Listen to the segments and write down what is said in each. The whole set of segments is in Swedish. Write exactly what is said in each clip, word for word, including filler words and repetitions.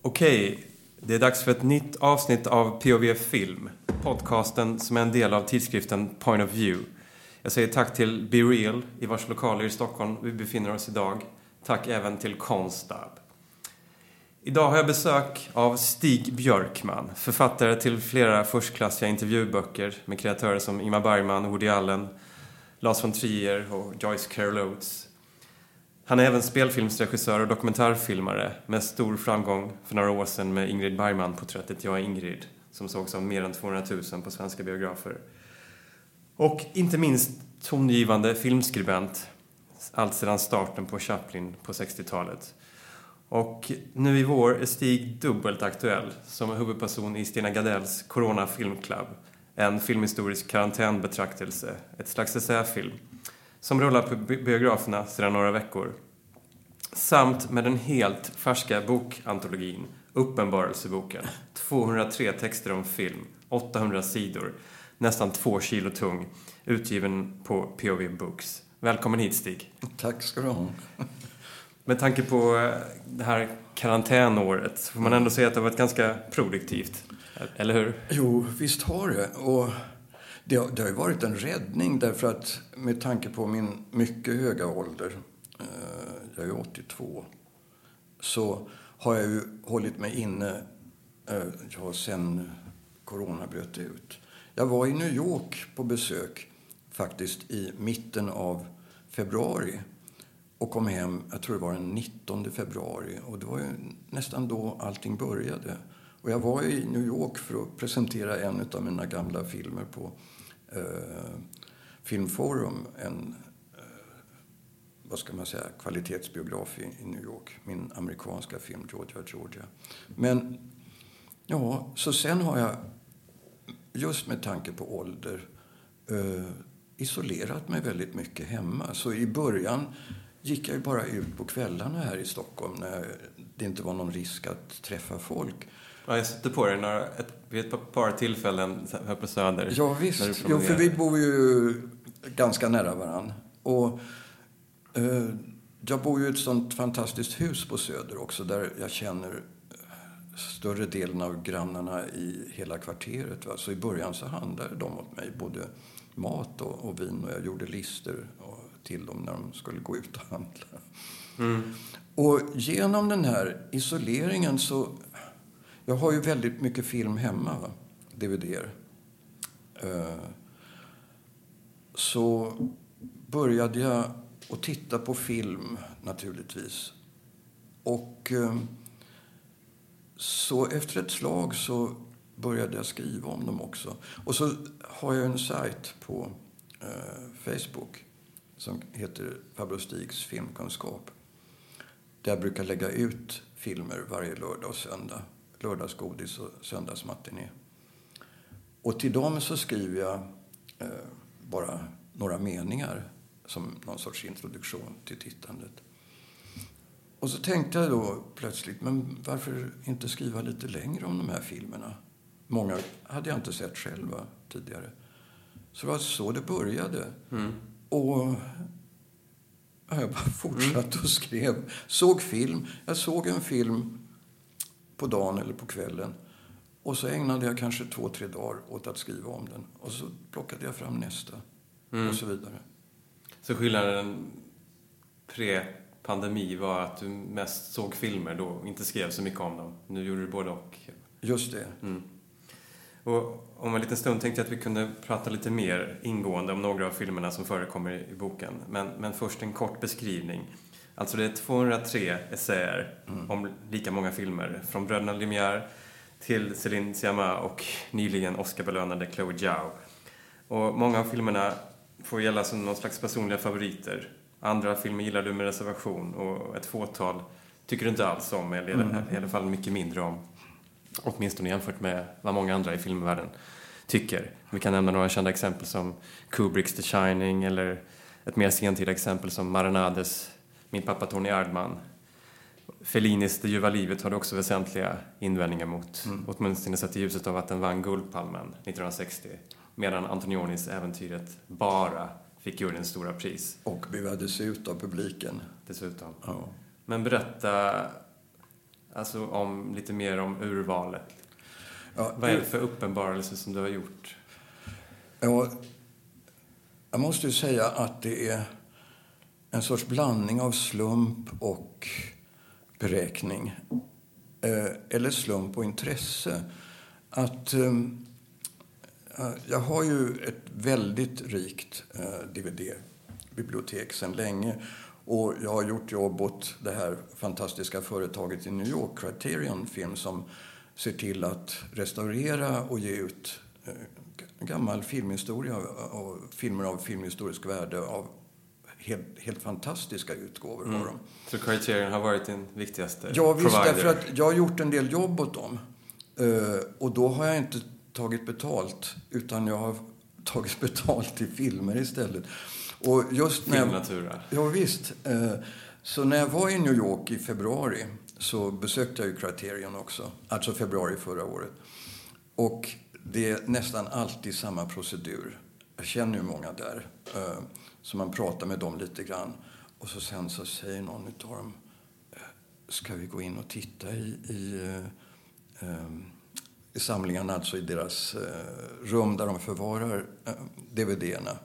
Okej, det är dags för ett nytt avsnitt av P O V Film, podcasten som är en del av tidskriften Point of View. Jag säger tack till Be Real i vars lokaler i Stockholm vi befinner oss idag. Tack även till Konstab. Idag har jag besök av Stig Björkman, författare till flera förstklassiga intervjuböcker med kreatörer som Ingmar Bergman, Woody Allen, Lars von Trier och Joyce Carol Oates. Han är även spelfilmsregissör och dokumentärfilmare med stor framgång för några år sedan med Ingrid Bergman-porträttet Jag är Ingrid, som sågs av mer än tvåhundratusen på svenska biografer. Och inte minst tongivande filmskribent, allt sedan starten på Chaplin på sextiotalet. Och nu i vår är Stig dubbelt aktuell som huvudperson i Stina Gardells Corona Film Club, en filmhistorisk karantänbetraktelse, ett slags essäfilm som rullar på biograferna sedan några veckor. Samt med den helt färska bokantologin, Uppenbarelseboken, tvåhundratre texter om film, åttahundra sidor, nästan två kilo tung, utgiven på P O V Books. Välkommen hit, Stig. Tack ska du ha. Med tanke på det här karantänåret får man ändå säga att det har varit ganska produktivt, eller hur? Jo, visst har det. Och det har, det har ju varit en räddning därför att med tanke på min mycket höga ålder, eh, jag är åttiotvå, så har jag ju hållit mig inne eh, ja, sen corona bröt ut. Jag var i New York på besök faktiskt i mitten av februari och kom hem, jag tror det var den nittonde februari, och det var ju nästan då allting började. Och jag var i New York för att presentera en av mina gamla filmer på eh, Filmforum, en eh, vad ska man säga, kvalitetsbiograf i, i New York, min amerikanska film Georgia, Georgia. Men ja, så sen har jag just med tanke på ålder eh, isolerat mig väldigt mycket hemma. Så i början gick jag ju bara ut på kvällarna här i Stockholm när det inte var någon risk att träffa folk. Ja, jag satte på dig några, ett, vid ett par tillfällen här på Söder. Ja visst, jo, för vi bor ju ganska nära varann. Och eh, jag bor ju i ett sånt fantastiskt hus på Söder också, där jag känner större delen av grannarna i hela kvarteret. Va? Så i början så handlade de åt mig både mat och, och vin, och jag gjorde lister till dem när de skulle gå ut och handla. Mm. Och genom den här isoleringen så... Jag har ju väldigt mycket film hemma, va? D V D-er. Uh, så började jag att titta på film, naturligtvis. Och uh, så efter ett slag så började jag skriva om dem också. Och så har jag en sajt på uh, Facebook som heter Pablo Stigs filmkunskap. Där jag brukar lägga ut filmer varje lördag och söndag. Lördagsgodis och söndagsmatiné. Och till dem så skriver jag eh, bara några meningar som någon sorts introduktion till tittandet. Och så tänkte jag då plötsligt, men varför inte skriva lite längre om de här filmerna? Många hade jag inte sett själva tidigare. Så det var så det började. Mm. Och jag bara fortsatte och skrev. Såg film. Jag såg en film på dagen eller på kvällen. Och så ägnade jag kanske två, tre dagar åt att skriva om den. Och så plockade jag fram nästa. Mm. Och så vidare. Så skillnaden pre-pandemi var att du mest såg filmer då och inte skrev så mycket om dem. Nu gjorde du både och. Just det. Mm. Och om en liten stund tänkte jag att vi kunde prata lite mer ingående om några av filmerna som förekommer i boken. Men, men först en kort beskrivning. Alltså det är tvåhundratre essäer mm. om lika många filmer. Från Bröderna Lumière till Céline Sciamma och nyligen Oscarbelönade Chloe Zhao. Och många av filmerna får gälla som någon slags personliga favoriter. Andra filmer gillar du med reservation. Och ett fåtal tycker du inte alls om. Eller mm. i alla fall mycket mindre om. Åtminstone jämfört med vad många andra i filmvärlden tycker. Vi kan nämna några kända exempel som Kubricks The Shining. Eller ett mer sentida exempel som Marinades Min pappa Tony Erdmann. Fellinis Det ljuva livet har också väsentliga invändningar mot. Mm. Åtminstone sett i ljuset av att den vann Guldpalmen nittonhundrasextio. Medan Antonionis Äventyret bara fick juryns stora pris. Och bevades ut av publiken. Dessutom. Ja. Men berätta Alltså om lite mer om urvalet. Ja, Vad är det för uppenbarelse som du har gjort? Ja, jag måste ju säga att det är en sorts blandning av slump och beräkning. Eh, eller slump och intresse. Att eh, jag har ju ett väldigt rikt eh, D V D-bibliotek sedan länge. Och jag har gjort jobb åt det här fantastiska företaget i New York, Criterion Film, som ser till att restaurera och ge ut eh, gammal filmhistoria och filmer av filmhistorisk värde av helt, helt fantastiska utgåvor. Mm. Har de. Så Criterion har varit din viktigaste Ja, visst, provider? Därför att jag har gjort en del jobb åt dem. Uh, och då har jag inte tagit betalt, utan jag har tagit betalt i filmer istället. Och just när Filmnatura. Ja, visst. Uh, så när jag var i New York i februari så besökte jag ju Criterion också. Alltså februari förra året. Och det är nästan alltid samma procedur. Jag känner ju många där. Uh, så man pratar med dem lite grann. Och så sen så säger någon utav dem: ska vi gå in och titta i, i, uh, um, i samlingarna, alltså i deras uh, rum där de förvarar uh, D V D-erna.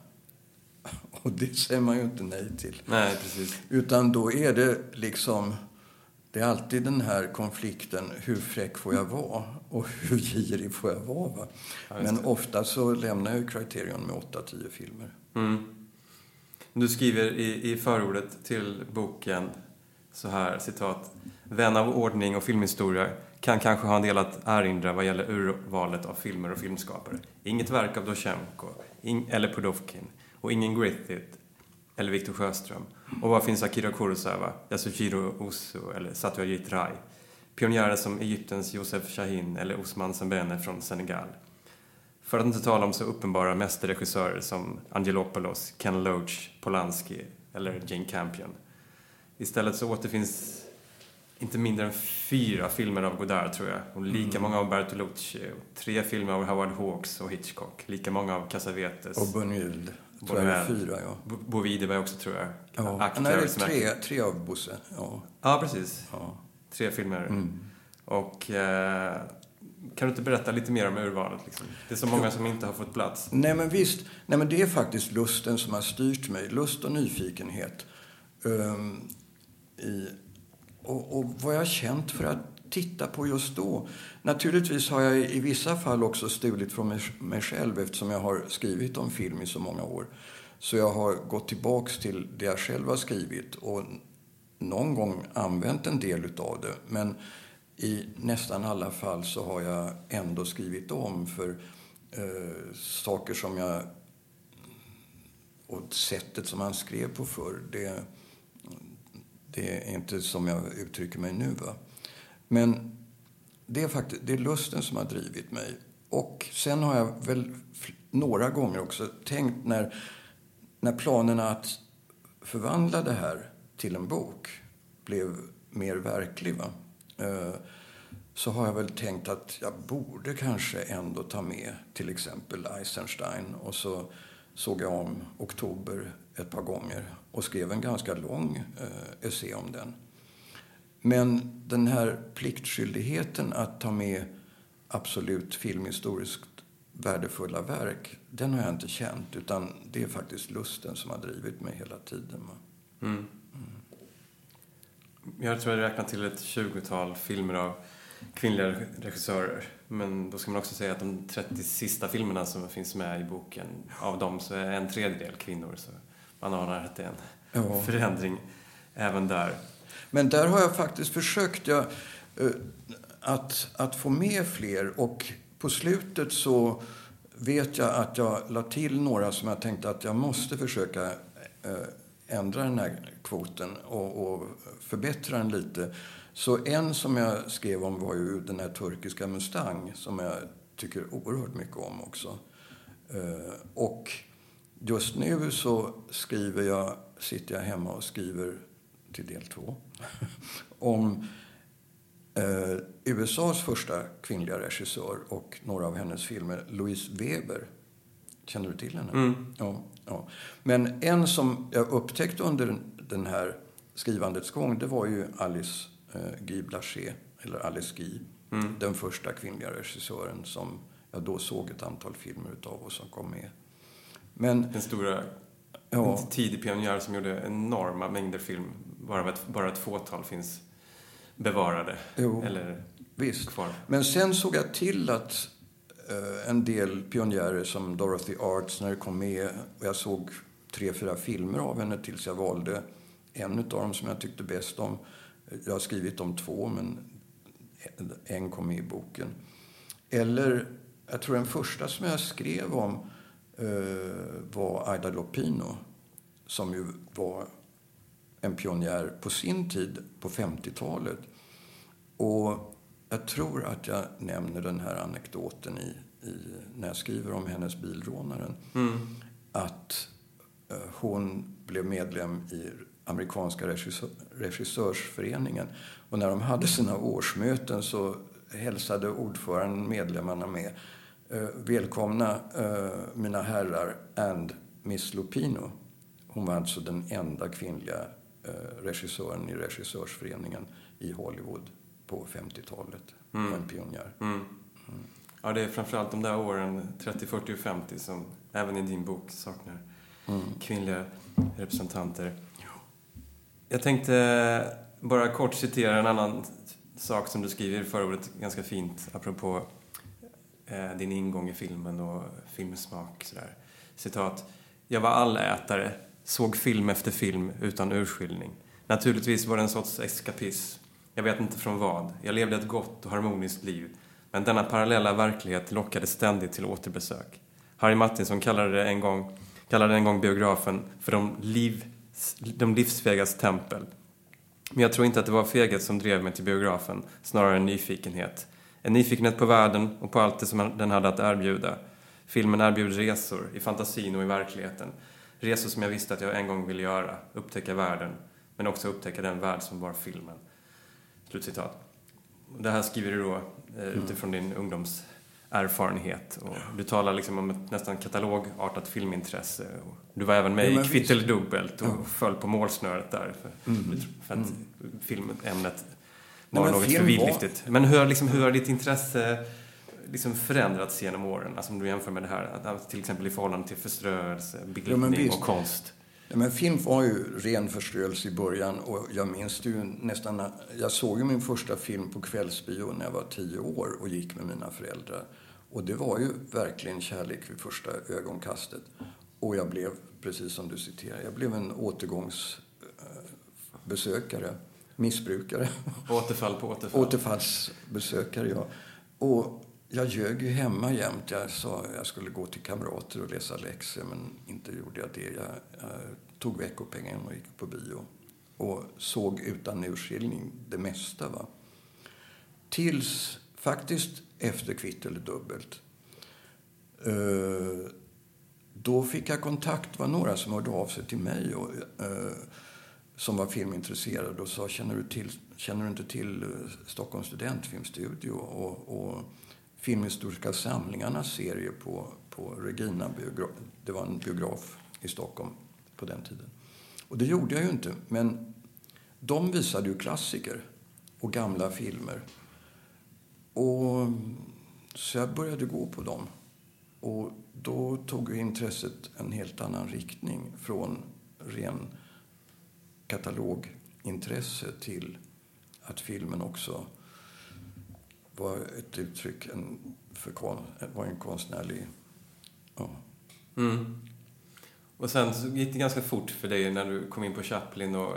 Och det säger man ju inte nej till. Nej, precis. Utan då är det liksom, det är alltid den här konflikten, hur fräck får jag vara och hur girig får jag vara, va? Ja, men ofta så lämnar jag Criterion med åtta tio filmer. Mm. Du skriver i, i förordet till boken så här, citat: vän av ordning och filmhistoria kan kanske ha en del att erinra vad gäller urvalet av filmer och filmskapare. Inget verk av Dovzjenko in, eller Pudovkin, och ingen Griffith eller Victor Sjöström. Och vad finns Akira Kurosawa, Yasujiro Ozu eller Satyajit Ray? Pionjärer som Egyptens Josef Shahin eller Ousmane Sembene från Senegal. För att inte tala om så uppenbara mästerregissörer som Angelopoulos, Ken Loach, Polanski eller Jane Campion. Istället så återfinns inte mindre än fyra filmer av Godard, tror jag. Och lika mm. många av Bertolucci. Och tre filmer av Howard Hawks och Hitchcock. Lika många av Cassavetes. Och Buñuel. Tror jag är fyra, ja. Bovide var också, tror jag. Ja. Aktör, Nej, det är tre, tre av Bosse. Ja, ja precis. Ja. Tre filmer. Mm. Och eh, kan du inte berätta lite mer om urvalet? Liksom? Det är så många som inte har fått plats. Nej, men visst. Nej, men det är faktiskt lusten som har styrt mig. Lust och nyfikenhet. Um, i, och, och vad jag har känt för att titta på just då. Naturligtvis har jag i vissa fall också stulit från mig, mig själv, eftersom jag har skrivit om film i så många år. Så jag har gått tillbaks till det jag själv har skrivit och någon gång använt en del utav det. Men i nästan alla fall så har jag ändå skrivit om för eh, saker som jag, och sättet som han skrev på förr, det, det är inte som jag uttrycker mig nu, va. Men det är faktiskt, det är lusten som har drivit mig. Och sen har jag väl några gånger också tänkt, när, när planerna att förvandla det här till en bok blev mer verklig, va? Uh, så har jag väl tänkt att jag borde kanske ändå ta med till exempel Eisenstein. Och så såg jag om Oktober ett par gånger och skrev en ganska lång uh, essä om den. Men den här pliktskyldigheten att ta med absolut filmhistoriskt värdefulla verk, den har jag inte känt, utan det är faktiskt lusten som har drivit mig hela tiden. Mm. Mm. Jag tror jag räknar till ett tjugotal filmer av kvinnliga regissörer. Men då ska man också säga att de trettio sista filmerna som finns med i boken, av dem så är en tredjedel kvinnor. Så man anar att det är en ja. förändring även där. Men där har jag faktiskt försökt jag, uh, att, att få med fler. Och på slutet så vet jag att jag la till några som jag tänkte att jag måste försöka uh, ändra den här kvoten och, och förbättra den lite. Så en som jag skrev om var ju den här turkiska Mustang, som jag tycker oerhört mycket om också. Uh, och just nu så skriver jag, sitter jag hemma och skriver till del två om eh, U S A:s första kvinnliga regissör och några av hennes filmer, Louise Weber. Känner du till henne? Mm. Ja, ja. Men en som jag upptäckte under den här skrivandets gång, det var ju Alice eh, Guy Blaché, eller Alice Guy, mm. den första kvinnliga regissören som jag då såg ett antal filmer utav och som kom med. Men, den stora ja, tidig pionjär som gjorde enorma mängder film. Bara ett, bara ett fåtal finns bevarade. Jo, eller visst. Kvar. Men sen såg jag till att uh, en del pionjärer som Dorothy Arts, när det kom med, och jag såg tre, fyra filmer av henne tills jag valde en av dem som jag tyckte bäst om. Jag har skrivit om två, men en kom med i boken. Eller, jag tror den första som jag skrev om uh, var Ida Lupino, som ju var en pionjär på sin tid, på femtiotalet. Och jag tror att jag nämner den här anekdoten i, i, när jag skriver om hennes Bilrånaren. Mm. Att uh, hon blev medlem i amerikanska regissör, regissörsföreningen. Och när de hade sina årsmöten så hälsade ordföranden medlemmarna med uh, välkomna uh, mina herrar and Miss Lupino. Hon var alltså den enda kvinnliga uh, regissören i regissörsföreningen i Hollywood på femtiotalet. Mm. En pionjär. Mm. Mm. Ja, det är framförallt de där åren trettio, fyrtio och femtio som även i din bok saknar mm. kvinnliga representanter. Jag tänkte bara kort citera en annan sak som du skriver i förordet ganska fint apropå eh, din ingång i filmen och filmsmak. Sådär. Citat. Jag var allätare, såg film efter film utan urskiljning. Naturligtvis var det en sorts eskapism. Jag vet inte från vad. Jag levde ett gott och harmoniskt liv. Men denna parallella verklighet lockade ständigt till återbesök. Harry Martinson kallade det en gång, kallade en gång biografen för de, liv, de livsfegas tempel. Men jag tror inte att det var feghet som drev mig till biografen. Snarare en nyfikenhet. En nyfikenhet på världen och på allt det som den hade att erbjuda. Filmen erbjuder resor i fantasin och i verkligheten. Resor som jag visste att jag en gång ville göra. Upptäcka världen. Men också upptäcka den värld som var filmen. Slutcitat. Det här skriver du då eh, utifrån din ungdomserfarenhet. Och du talar liksom om ett nästan katalogartat filmintresse. Och du var även med ja, i Kvitt eller dubbelt och ja. föll på målsnöret där. För, mm. för att mm. filmämnet var Nej, något film för vidlyftigt. Var... Men hur, liksom, hur har ditt intresse liksom förändrats genom åren? Alltså om du jämför med det här, till exempel i förhållande till förströelse, bildning ja, och konst. Ja, men film var ju ren förströelse i början och jag minns ju nästan, jag såg ju min första film på kvällsbio när jag var tio år och gick med mina föräldrar. Och det var ju verkligen kärlek vid första ögonkastet. Och jag blev, precis som du citerar, jag blev en återgångsbesökare, missbrukare. Återfall på återfall. Återfallsbesökare, ja. Och jag ljög ju hemma jämt. Jag sa jag skulle gå till kamrater och läsa läxor, men inte gjorde jag det. Jag, jag tog veckopengen och gick på bio. Och såg utan urskiljning det mesta, va. Tills faktiskt efter Kvitt eller dubbelt. Uh, då fick jag kontakt, var några som hörde av sig till mig och, uh, som var filmintresserade och sa, känner du, till, känner du inte till uh, Stockholms studentfilmstudio och... och Filmhistoriska samlingarnas serie på, på Regina biograf. Det var en biograf i Stockholm på den tiden. Och det gjorde jag ju inte. Men de visade ju klassiker och gamla filmer. Och så jag började gå på dem. Och då tog intresset en helt annan riktning. Från ren katalogintresse till att filmen också... var ett uttryck en, för kon, var en konstnärlig... Ja. Mm. Och sen så gick det ganska fort för dig när du kom in på Chaplin. Och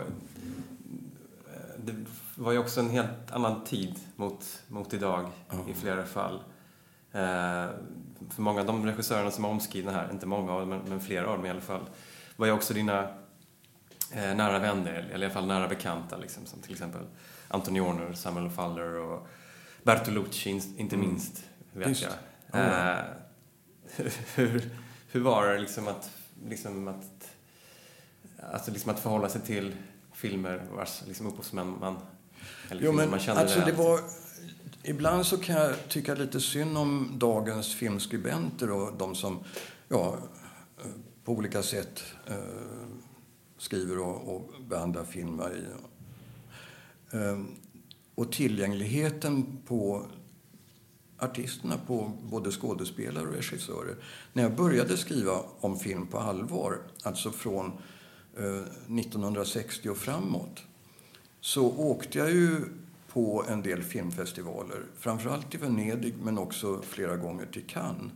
det var ju också en helt annan tid mot, mot idag ja. i flera fall. Eh, för många av de regissörerna som är omskrivna här, inte många av dem, men, men flera av dem i alla fall, var ju också dina eh, nära vänner, eller i alla fall nära bekanta. Liksom, som till exempel Antonioni, Samuel Fuller och Bertolucci, inte minst, vet Just. jag. Oh. Uh, hur, hur var det liksom att, liksom att, alltså liksom att förhålla sig till filmer vars liksom upphovsmän man, eller jo, men, man kände alltså det? det var, ibland så kan jag tycka lite synd om dagens filmskribenter och de som ja, på olika sätt uh, skriver och, och behandlar filmer i... Uh, och tillgängligheten på artisterna, på både skådespelare och regissörer. När jag började skriva om film på allvar, alltså från eh, nittonhundrasextio och framåt, så åkte jag ju på en del filmfestivaler. Framförallt i Venedig, men också flera gånger till Cannes.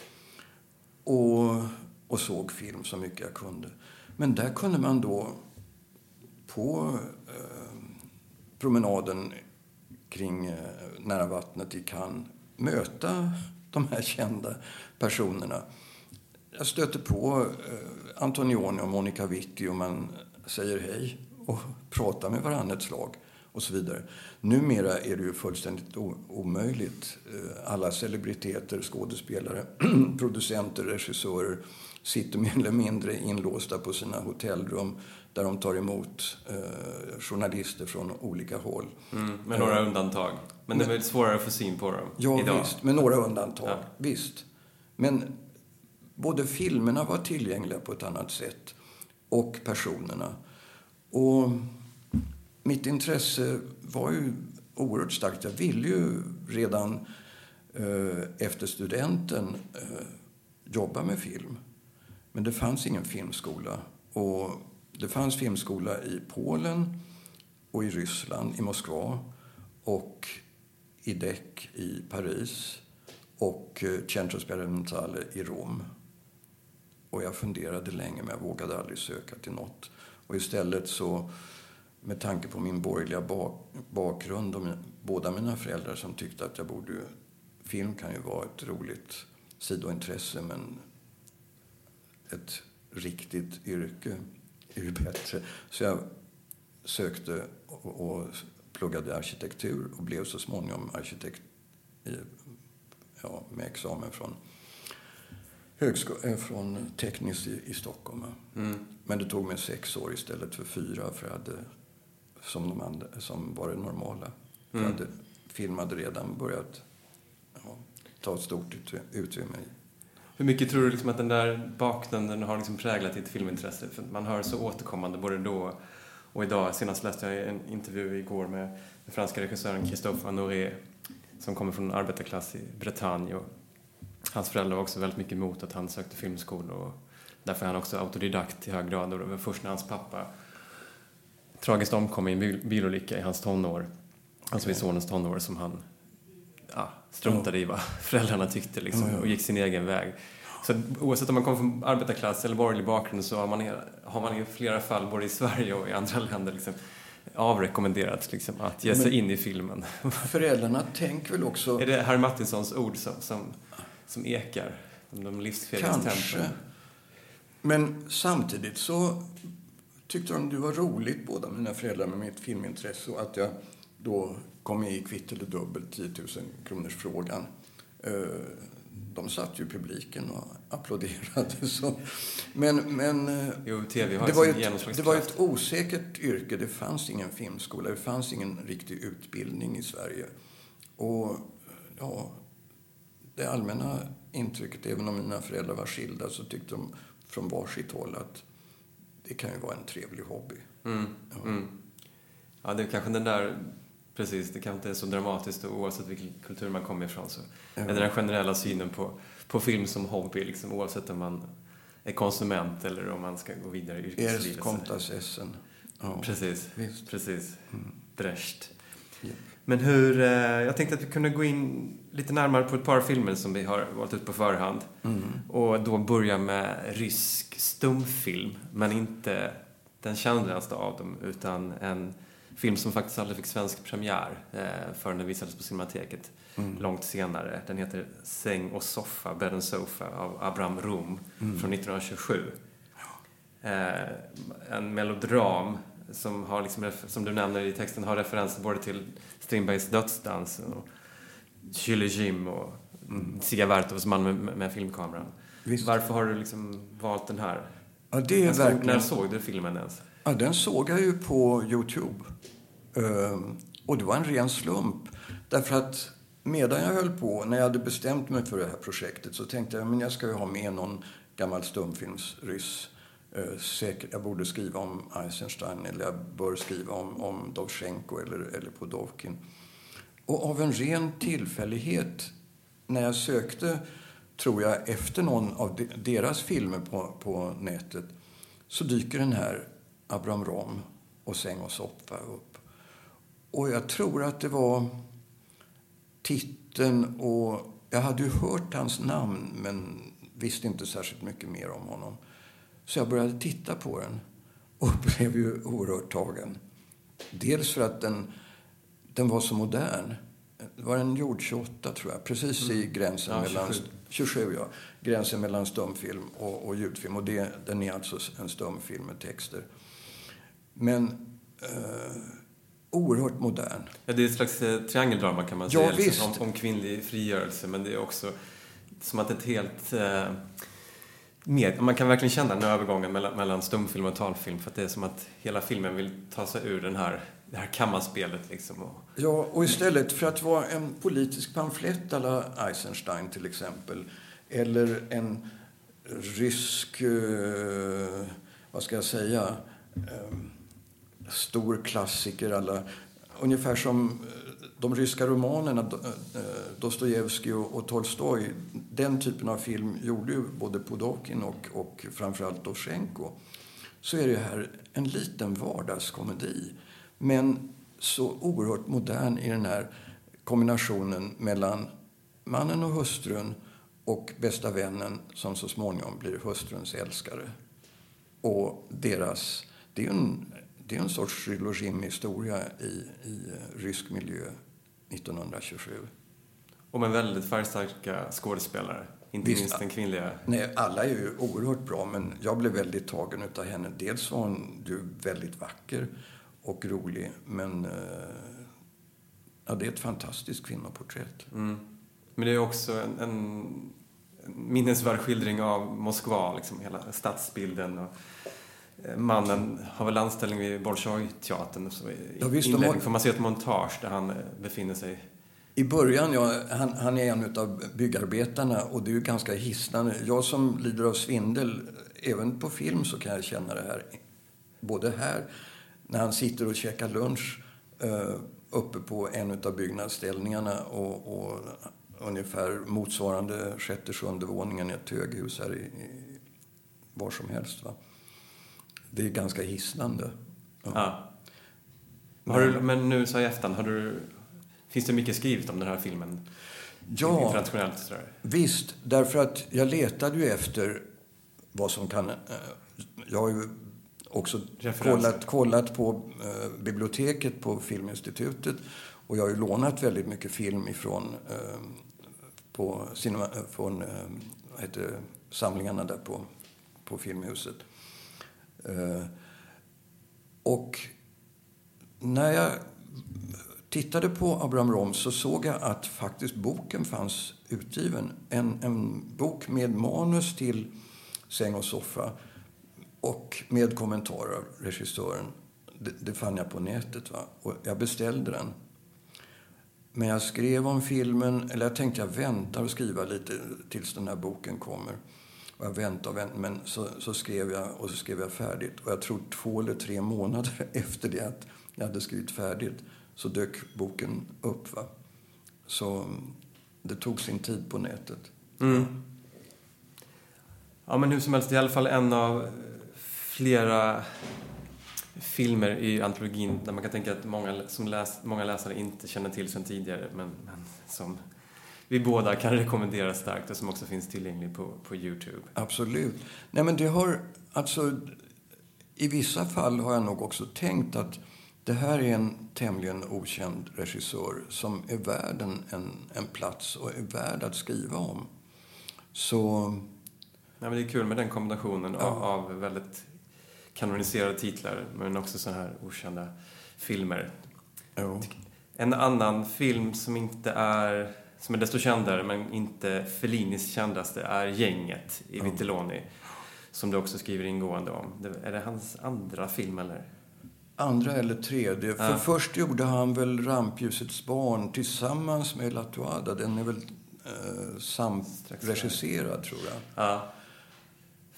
Och, och såg film så mycket jag kunde. Men där kunde man då på eh, promenaden kring eh, nära vattnet i Cannes möta de här kända personerna. Jag stöter på eh, Antonioni och Monica Vitti och man säger hej och pratar med varandra ett slag och så vidare. Numera är det ju fullständigt o- omöjligt. Eh, alla celebriteter, skådespelare, producenter, regissörer sitter mer eller mindre inlåsta på sina hotellrum där de tar emot eh, journalister från olika håll. Mm, med några uh, undantag. Men det är väl svårare att få syn på dem ja, idag. Visst, med några undantag. Ja. Visst. Men både filmerna var tillgängliga på ett annat sätt och personerna. Och mitt intresse var ju oerhört starkt. Jag ville ju redan eh, efter studenten eh, jobba med film. Men det fanns ingen filmskola. Och det fanns filmskola i Polen och i Ryssland, i Moskva och i D E C i Paris och Centro Sperimentale i Rom. Och jag funderade länge men jag vågade aldrig söka till något. Och istället så, med tanke på min borgerliga bak- bakgrund och min, båda mina föräldrar som tyckte att jag borde... Film kan ju vara ett roligt sidointresse men ett riktigt yrke är ju bättre. Så jag sökte och, och pluggade arkitektur och blev så småningom arkitekt i, ja, med examen från, högsko- från tekniskt i, i Stockholm. Mm. Men det tog mig sex år istället för fyra för jag hade, som, de andra, som var det normala. För Mm. hade, film hade redan börjat ja, ta ett stort utrymme i. Hur mycket tror du liksom att den där bakgrunden har liksom präglat ditt filmintresse? För man hör så återkommande både då och idag. Senast läste jag en intervju igår med den franska regissören Christophe Honoré som kommer från en arbetarklass i Bretagne. Och hans föräldrar var också väldigt mycket emot att han sökte filmskola och därför är han också autodidakt i hög grad. Och det var först när hans pappa tragiskt omkom i en bil- bilolycka i hans tonår, alltså i sonens tonår, som han ja, struntade i vad föräldrarna tyckte liksom, och gick sin egen väg. Så oavsett om man kommer från arbetarklass eller borgerlig bakgrund så har man, har man i flera fall både i Sverige och i andra länder liksom, avrekommenderats liksom, att ge sig in i filmen. Föräldrarna tänker väl också... Är det Harry Martinsons ord som, som, som ekar? De livsfegens Kanske. tempel? Men samtidigt så tyckte de det var roligt, båda mina föräldrar, med mitt filmintresse och att jag då kom i kvitt eller dubbelt tio tusen kronors frågan. De satt ju i publiken och applåderade. Så. Men, men jo, T V har det, var ett, det var ett osäkert yrke. Det fanns ingen filmskola. Det fanns ingen riktig utbildning i Sverige. Och ja, det allmänna intrycket, även om mina föräldrar var skilda, så tyckte de från varsitt håll att det kan ju vara en trevlig hobby. Mm, ja. Mm. Ja, det är kanske den där... Precis, det kan inte är så dramatiskt och oavsett vilken kultur man kommer ifrån så ja. Är det den generella synen på, på film som hobby liksom, oavsett om man är konsument eller om man ska gå vidare i yrkeslivet. Erst komtas essen. Ja. Precis, Visst. precis. Mm. Brecht. Yep. Men hur, eh, jag tänkte att vi kunde gå in lite närmare på ett par filmer som vi har valt ut på förhand. Mm. Och då börja med rysk stumfilm, men inte den kändaste av dem utan en film som faktiskt aldrig fick svensk premiär eh, förrän den visades på Cinemateket mm. långt senare. Den heter Säng och soffa, Bed and Sofa av Abraham Rum mm. från nittonhundratjugosju. Eh, en melodram som har liksom, som du nämner i texten, har referenser både till Strindbergs Dödsdans och Chile Jim och mm. Siga Vertovs Man med, med filmkameran. Visst. Varför har du liksom valt den här? Ja, det är när, verkligen... såg, när såg du filmen ens? Ja, den såg jag ju på YouTube. Um, och det var en ren slump. Därför att medan jag höll på, när jag hade bestämt mig för det här projektet, så tänkte jag men jag ska ju ha med någon gammal stumfilmsryss eh, säkert, jag borde skriva om Eisenstein eller jag bör skriva om, om Dovzhenko eller, eller Podovkin. Och av en ren tillfällighet, när jag sökte, tror jag, efter någon av de, deras filmer på, på nätet, så dyker den här Abraham Rom och Säng och soppa upp. Och jag tror att det var titeln, och jag hade ju hört hans namn men visste inte särskilt mycket mer om honom. Så jag började titta på den och blev ju oerhört tagen. Dels för att den, den var så modern. Det var en gjord tjugoåtta, tror jag. Precis mm. i gränsen ja, mellan... tjugosju. tjugosju, ja. Gränsen mellan stumfilm och, och ljudfilm. Och det, den är alltså en stumfilm med texter. Men... Eh, oerhört modern. Ja, det är ett slags eh, triangeldrama, kan man ja, säga. Liksom, om, om kvinnlig frigörelse. Men det är också som att ett helt... Eh, med, man kan verkligen känna den här övergången mellan, mellan stumfilm och talfilm. För att det är som att hela filmen vill ta sig ur den här, det här kammarspelet. Liksom, och... Ja, och istället för att vara en politisk pamflett alla Eisenstein till exempel. Eller en rysk... Eh, vad ska jag säga... Eh, stor klassiker, alla, ungefär som de ryska romanerna, Dostojevskij och Tolstoj. Den typen av film gjorde ju både Podovkin och, och framförallt Dovzhenko. Så är det här en liten vardagskomedi, men så oerhört modern i den här kombinationen mellan mannen och hustrun och bästa vännen som så småningom blir hustruns älskare. Och deras, det är en Det är en sorts Rylogim-historia i, i rysk miljö nittonhundratjugosju. Och med väldigt färgstarka skådespelare. Inte Visst, minst den kvinnliga. Nej, alla är ju oerhört bra, men jag blev väldigt tagen av henne. Dels var hon ju väldigt vacker och rolig, men ja, det är ett fantastiskt kvinnoporträtt. Mm. Men det är också en, en minnesvärd skildring av Moskva, liksom hela stadsbilden. Och mannen har väl anställning vid Bolshoi-teatern. Så i ja, visst, inledning får man se ett montage där han befinner sig. I början, ja, han, han är en av byggarbetarna, och det är ju ganska hisnande. Jag som lider av svindel, även på film så kan jag känna det här. Både här, när han sitter och käkar lunch uh, uppe på en av byggnadsställningarna och, och ungefär motsvarande sjätte, sjunde våningen i ett höghus här i, i var som helst, va. Det är ganska hisnande. Ja. Ja. Har du, men nu så i efterhand, har du, finns det mycket skrivet om den här filmen? Ja, internationellt, sådär? Visst. Därför att jag letade ju efter vad som kan... Jag har ju också kollat, kollat på eh, biblioteket på Filminstitutet. Och jag har ju lånat väldigt mycket film ifrån eh, på cinema, från eh, vad heter, samlingarna där på, på Filmhuset. Uh, och när jag tittade på Abraham Rom så såg jag att faktiskt boken fanns utgiven. En, en bok med manus till Säng och soffa och med kommentarer av regissören. Det, det fann jag på nätet, va? Och jag beställde den. Men jag skrev om filmen, eller jag tänkte jag väntar och skriva lite tills den här boken kommer. Och jag väntade och väntade, men så, så skrev jag och så skrev jag färdigt. Och jag tror två eller tre månader efter det att jag hade skrivit färdigt så dök boken upp, va. Så det tog sin tid på nätet. Mm. Ja, men hur som helst, i alla fall en av flera filmer i antologin där man kan tänka att många, som läs, många läsare inte känner till sedan tidigare, men, men som vi båda kan rekommendera starkt och som också finns tillgänglig på, på YouTube. Absolut. Nej, men det har, alltså, i vissa fall har jag nog också tänkt att det här är en tämligen okänd regissör som är värd en, en, en plats och är värd att skriva om. Så... Ja, men det är kul med den kombinationen ja. av, av väldigt kanoniserade titlar, men också så här okända filmer. Ja. En annan film som inte är... som är desto kändare, men inte Fellinis kändaste, är Gänget i mm. Vitelloni. Som du också skriver ingående om. Är det hans andra film, eller? Andra eller tredje. Ja. För först gjorde han väl Rampljusets barn tillsammans med Latuada. Den är väl eh, samregisserad, tror jag. Ja.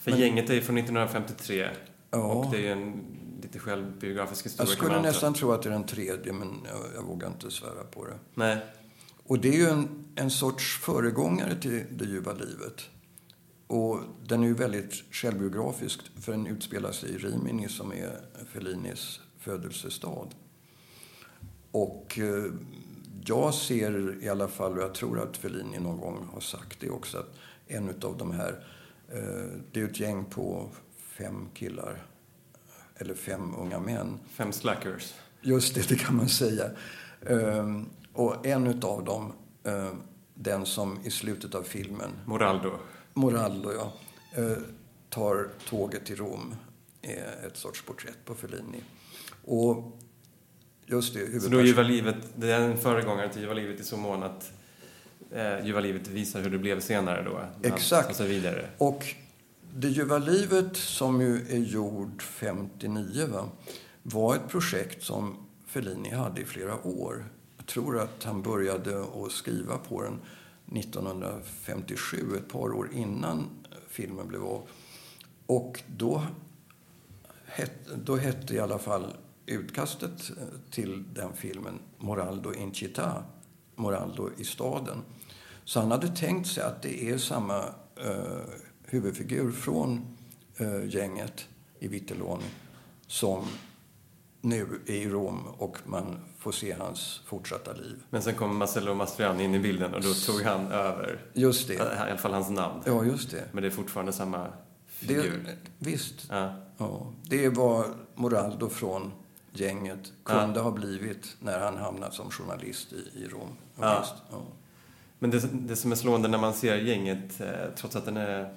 För Men, gänget är ju från nittonhundrafemtiotre. Ja. Och det är en lite självbiografisk historia. Jag skulle nästan tro att det är den tredje, men jag, jag vågar inte svära på det. Nej. Och det är ju en, en sorts föregångare till Det ljuva livet. Och den är ju väldigt självbiografisk, för den utspelar sig i Rimini som är Fellinis födelsestad. Och eh, jag ser i alla fall, och jag tror att Fellini någon gång har sagt det också, att en av de här, eh, det är ett gäng på fem killar, eller fem unga män. Fem slackers. Just det, det kan man säga. Eh, och en av dem, eh, den som i slutet av filmen... Moraldo. Moraldo, ja. Eh, tar tåget till Rom, är ett sorts porträtt på Fellini. Och just det, så då ljuva livet, det är en föregångare till ljuva livet i så mån att eh, ljuva livet visar hur det blev senare då. Exakt. Och så vidare. Och det ljuva livet, som ju är gjord femtionio, va, var ett projekt som Fellini hade i flera år. Jag tror att han började att skriva på den nittonhundrafemtiosju, ett par år innan filmen blev av. Och då hette, då hette i alla fall utkastet till den filmen Moraldo in città, Moraldo i staden. Så han hade tänkt sig att det är samma eh, huvudfigur från eh, gänget i Vitelloni som nu är i Rom, och man får se hans fortsatta liv. Men sen kom Marcello Mastroianni in i bilden och då tog han över. Just det. I alla fall hans namn. Ja, just det. Men det är fortfarande samma figur. Det, visst. Ja. Ja. Det var Moraldo från gänget kunde ja. ha blivit när han hamnat som journalist i, i Rom. Ja. Visst. Ja. Men det, det som är slående när man ser gänget, eh, trots att den är...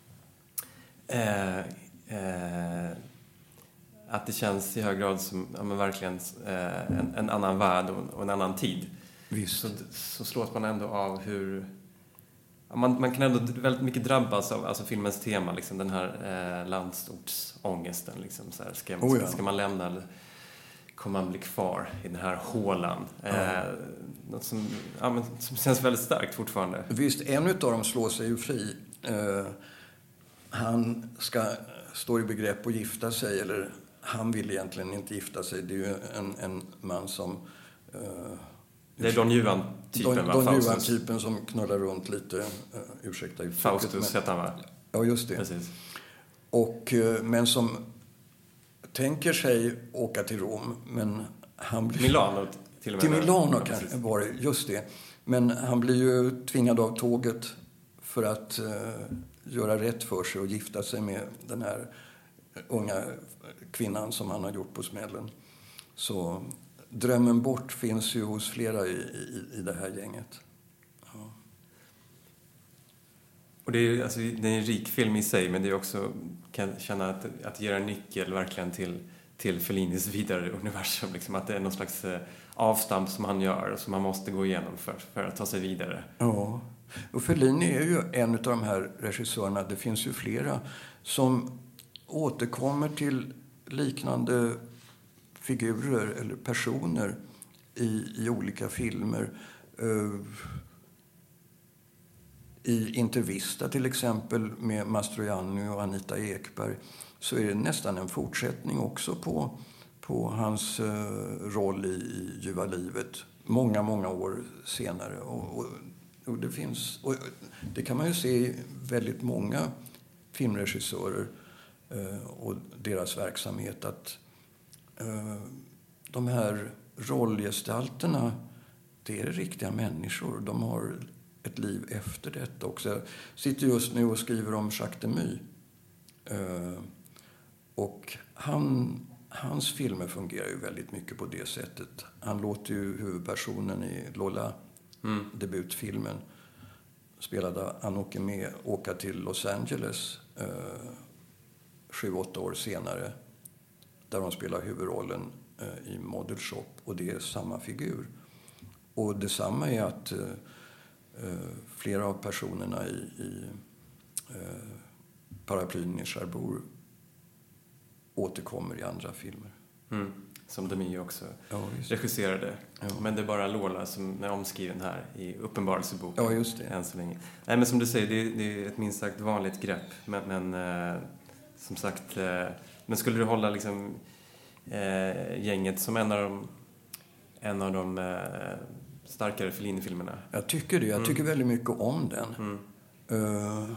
Eh, eh, att det känns i hög grad som ja, men verkligen eh, en, en annan värld och, och en annan tid. Visst. Så, så slås man ändå av hur... Ja, man, man kan ändå väldigt mycket drabbas av alltså filmens tema, liksom, den här eh, landsortsångesten. Liksom, så här, ska, oh, ja. ska man lämna eller kommer man bli kvar i den här hålan? Ja. Eh, något som, ja, men, som känns väldigt starkt fortfarande. Visst, en av dem slår sig ju fri. Eh, han ska stå i begrepp att gifta sig, eller han vill egentligen inte gifta sig. Det är ju en, en man som... Eh, det är Don Juan-typen, Don, va? Don Juan-typen som knullar runt lite, uh, ursäkta uttrycket. Faustus heter han, va? Ja, just det. Precis. Och, uh, men som tänker sig åka till Rom, men han blir... Milano till och med. Till Milano ja, kanske var det, just det. Men han blir ju tvingad av tåget för att uh, göra rätt för sig och gifta sig med den här unga kvinnan som han har gjort på smällen. Så... Drömmen bort finns ju hos flera i, i, i det här gänget. Ja. Och det är, alltså, det är en rik film i sig, men det är också, kan känna att, att ge en nyckel verkligen till, till Fellinis vidare universum. Liksom, att det är någon slags eh, avstamp som han gör och som man måste gå igenom för, för att ta sig vidare. Ja, och Fellini är ju en av de här regissörerna, det finns ju flera, som återkommer till liknande figurer eller personer i, i olika filmer. Uh, I Intervista till exempel med Mastroianni och Anita Ekberg så är det nästan en fortsättning också på, på hans uh, roll i, i ljuva livet många, många år senare. Och, och, och det finns, och det kan man ju se i väldigt många filmregissörer uh, och deras verksamhet, att de här rollgestalterna, det är riktiga människor. De har ett liv efter detta också. Jag sitter just nu och skriver om Jacques Demy. Och han, hans filmer fungerar ju väldigt mycket på det sättet. Han låter ju huvudpersonen i Lola, mm. debutfilmen, spelade Anouk med åka till Los Angeles sju, åtta år senare, där de spelar huvudrollen eh, i Model Shop, och det är samma figur. Och detsamma är att eh, flera av personerna i, i eh, Paraplyn i Cherbourg återkommer i andra filmer. Mm. som Demio också ja, regisserade. Ja. Men det är bara Lola som är omskriven här i uppenbarelseboken. Ja, just det. Än så länge. Nej, men som du säger, det är, det är ett minst sagt vanligt grepp. Men, men eh, som sagt, eh, men skulle du hålla liksom eh, gänget som en av de, en av de eh, starkare Fellini-filmerna? Jag tycker det. Jag tycker mm. väldigt mycket om den. Mm. Uh,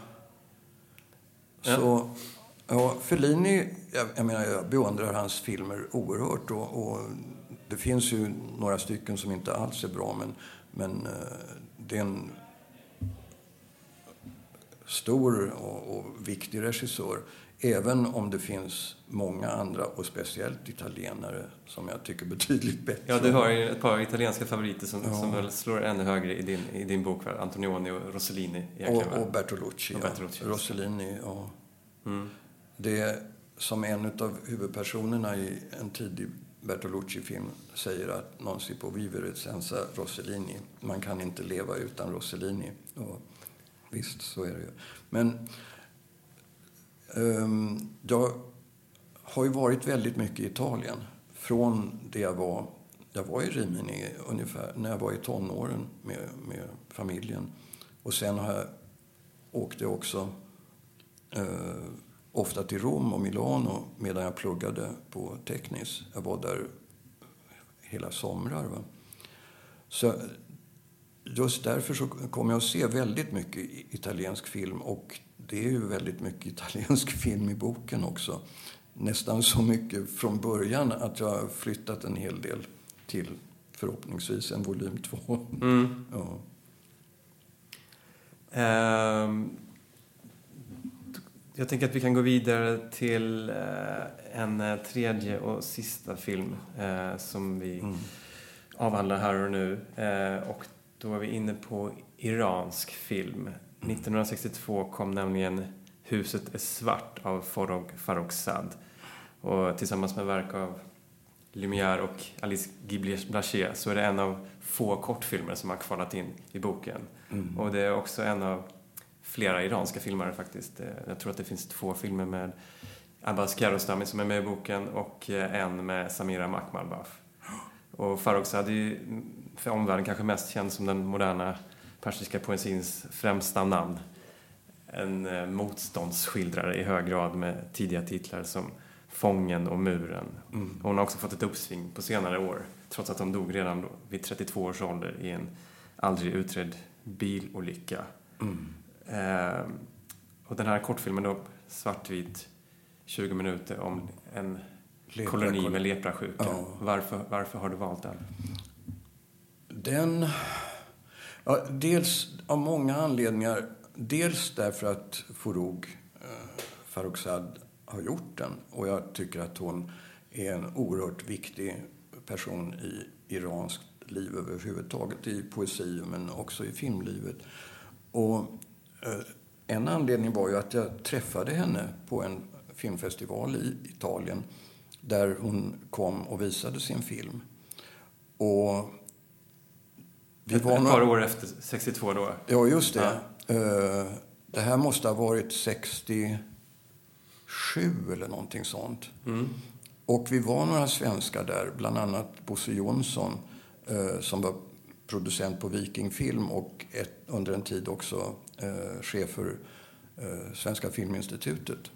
så, ja, Fellini, jag, jag menar, jag beundrar hans filmer oerhört. Och, och det finns ju några stycken som inte alls är bra, men, men uh, det är en stor och, och viktig regissör. Även om det finns många andra, och speciellt italienare, som jag tycker betydligt bättre. Ja, du har ju ett par italienska favoriter som, ja. som väl slår ännu högre i din, i din bok, Antonioni och Rossellini. Och, och Bertolucci, och ja. Bertolucci. Rossellini, ja. Mm. Det är som en av huvudpersonerna i en tidig Bertolucci-film säger, att non si può vivere senza Rossellini. Man kan inte leva utan Rossellini. Och visst, så är det ju. Men um, jag har ju varit väldigt mycket i Italien. Från det jag var... Jag var i Rimini ungefär när jag var i tonåren med, med familjen. Och sen har jag åkte också uh, ofta till Rom och Milano medan jag pluggade på Teknis. Jag var där hela somrar. Va? Så just därför så kommer jag att se väldigt mycket italiensk film. Och det är ju väldigt mycket italiensk film i boken också. Nästan så mycket från början att jag har flyttat en hel del till förhoppningsvis en volym två. Mm. Ja. Um, jag tänker att vi kan gå vidare till uh, en tredje och sista film uh, som vi mm. avhandlar här och nu. Uh, och då är vi inne på iransk film. nittonhundrasextiotvå kom nämligen Huset är svart av Forog Farrokhzad. Och tillsammans med verk av Lumière och Alice Guy Blaché så är det en av få kortfilmer som har kvalat in i boken. Mm. Och det är också en av flera iranska filmer faktiskt. Jag tror att det finns två filmer med Abbas Kiarostami som är med i boken och en med Samira Makhmalbaf. Och Farrokhzad är ju för omvärlden kanske mest känd som den moderna persiska poesins främsta namn. En motståndsskildrare i hög grad med tidiga titlar som Fången och Muren. Mm. Och hon har också fått ett uppsving på senare år, trots att hon dog redan då, vid trettiotvå års ålder i en aldrig utredd bilolycka. Mm. Eh, och den här kortfilmen då, svartvit, tjugo minuter om en Lepra, koloni med leprasjuka. Ja. Varför, varför har du valt den? Den... Ja, dels av många anledningar. Dels därför att Forog eh, Farrokhzad har gjort den. Och jag tycker att hon är en oerhört viktig person i iranskt liv överhuvudtaget. I poesi men också i filmlivet. Och eh, en anledning var ju att jag träffade henne på en filmfestival i Italien. Där hon kom och visade sin film. Och vi var ett par år efter sextiotvå då. Ja, just det. Ja. Uh, det här måste ha varit sextiosju eller någonting sånt. Mm. Och vi var några svenskar där, bland annat Bosse Jonsson uh, som var producent på Viking Film och ett, under en tid också uh, chef för uh, Svenska Filminstitutet.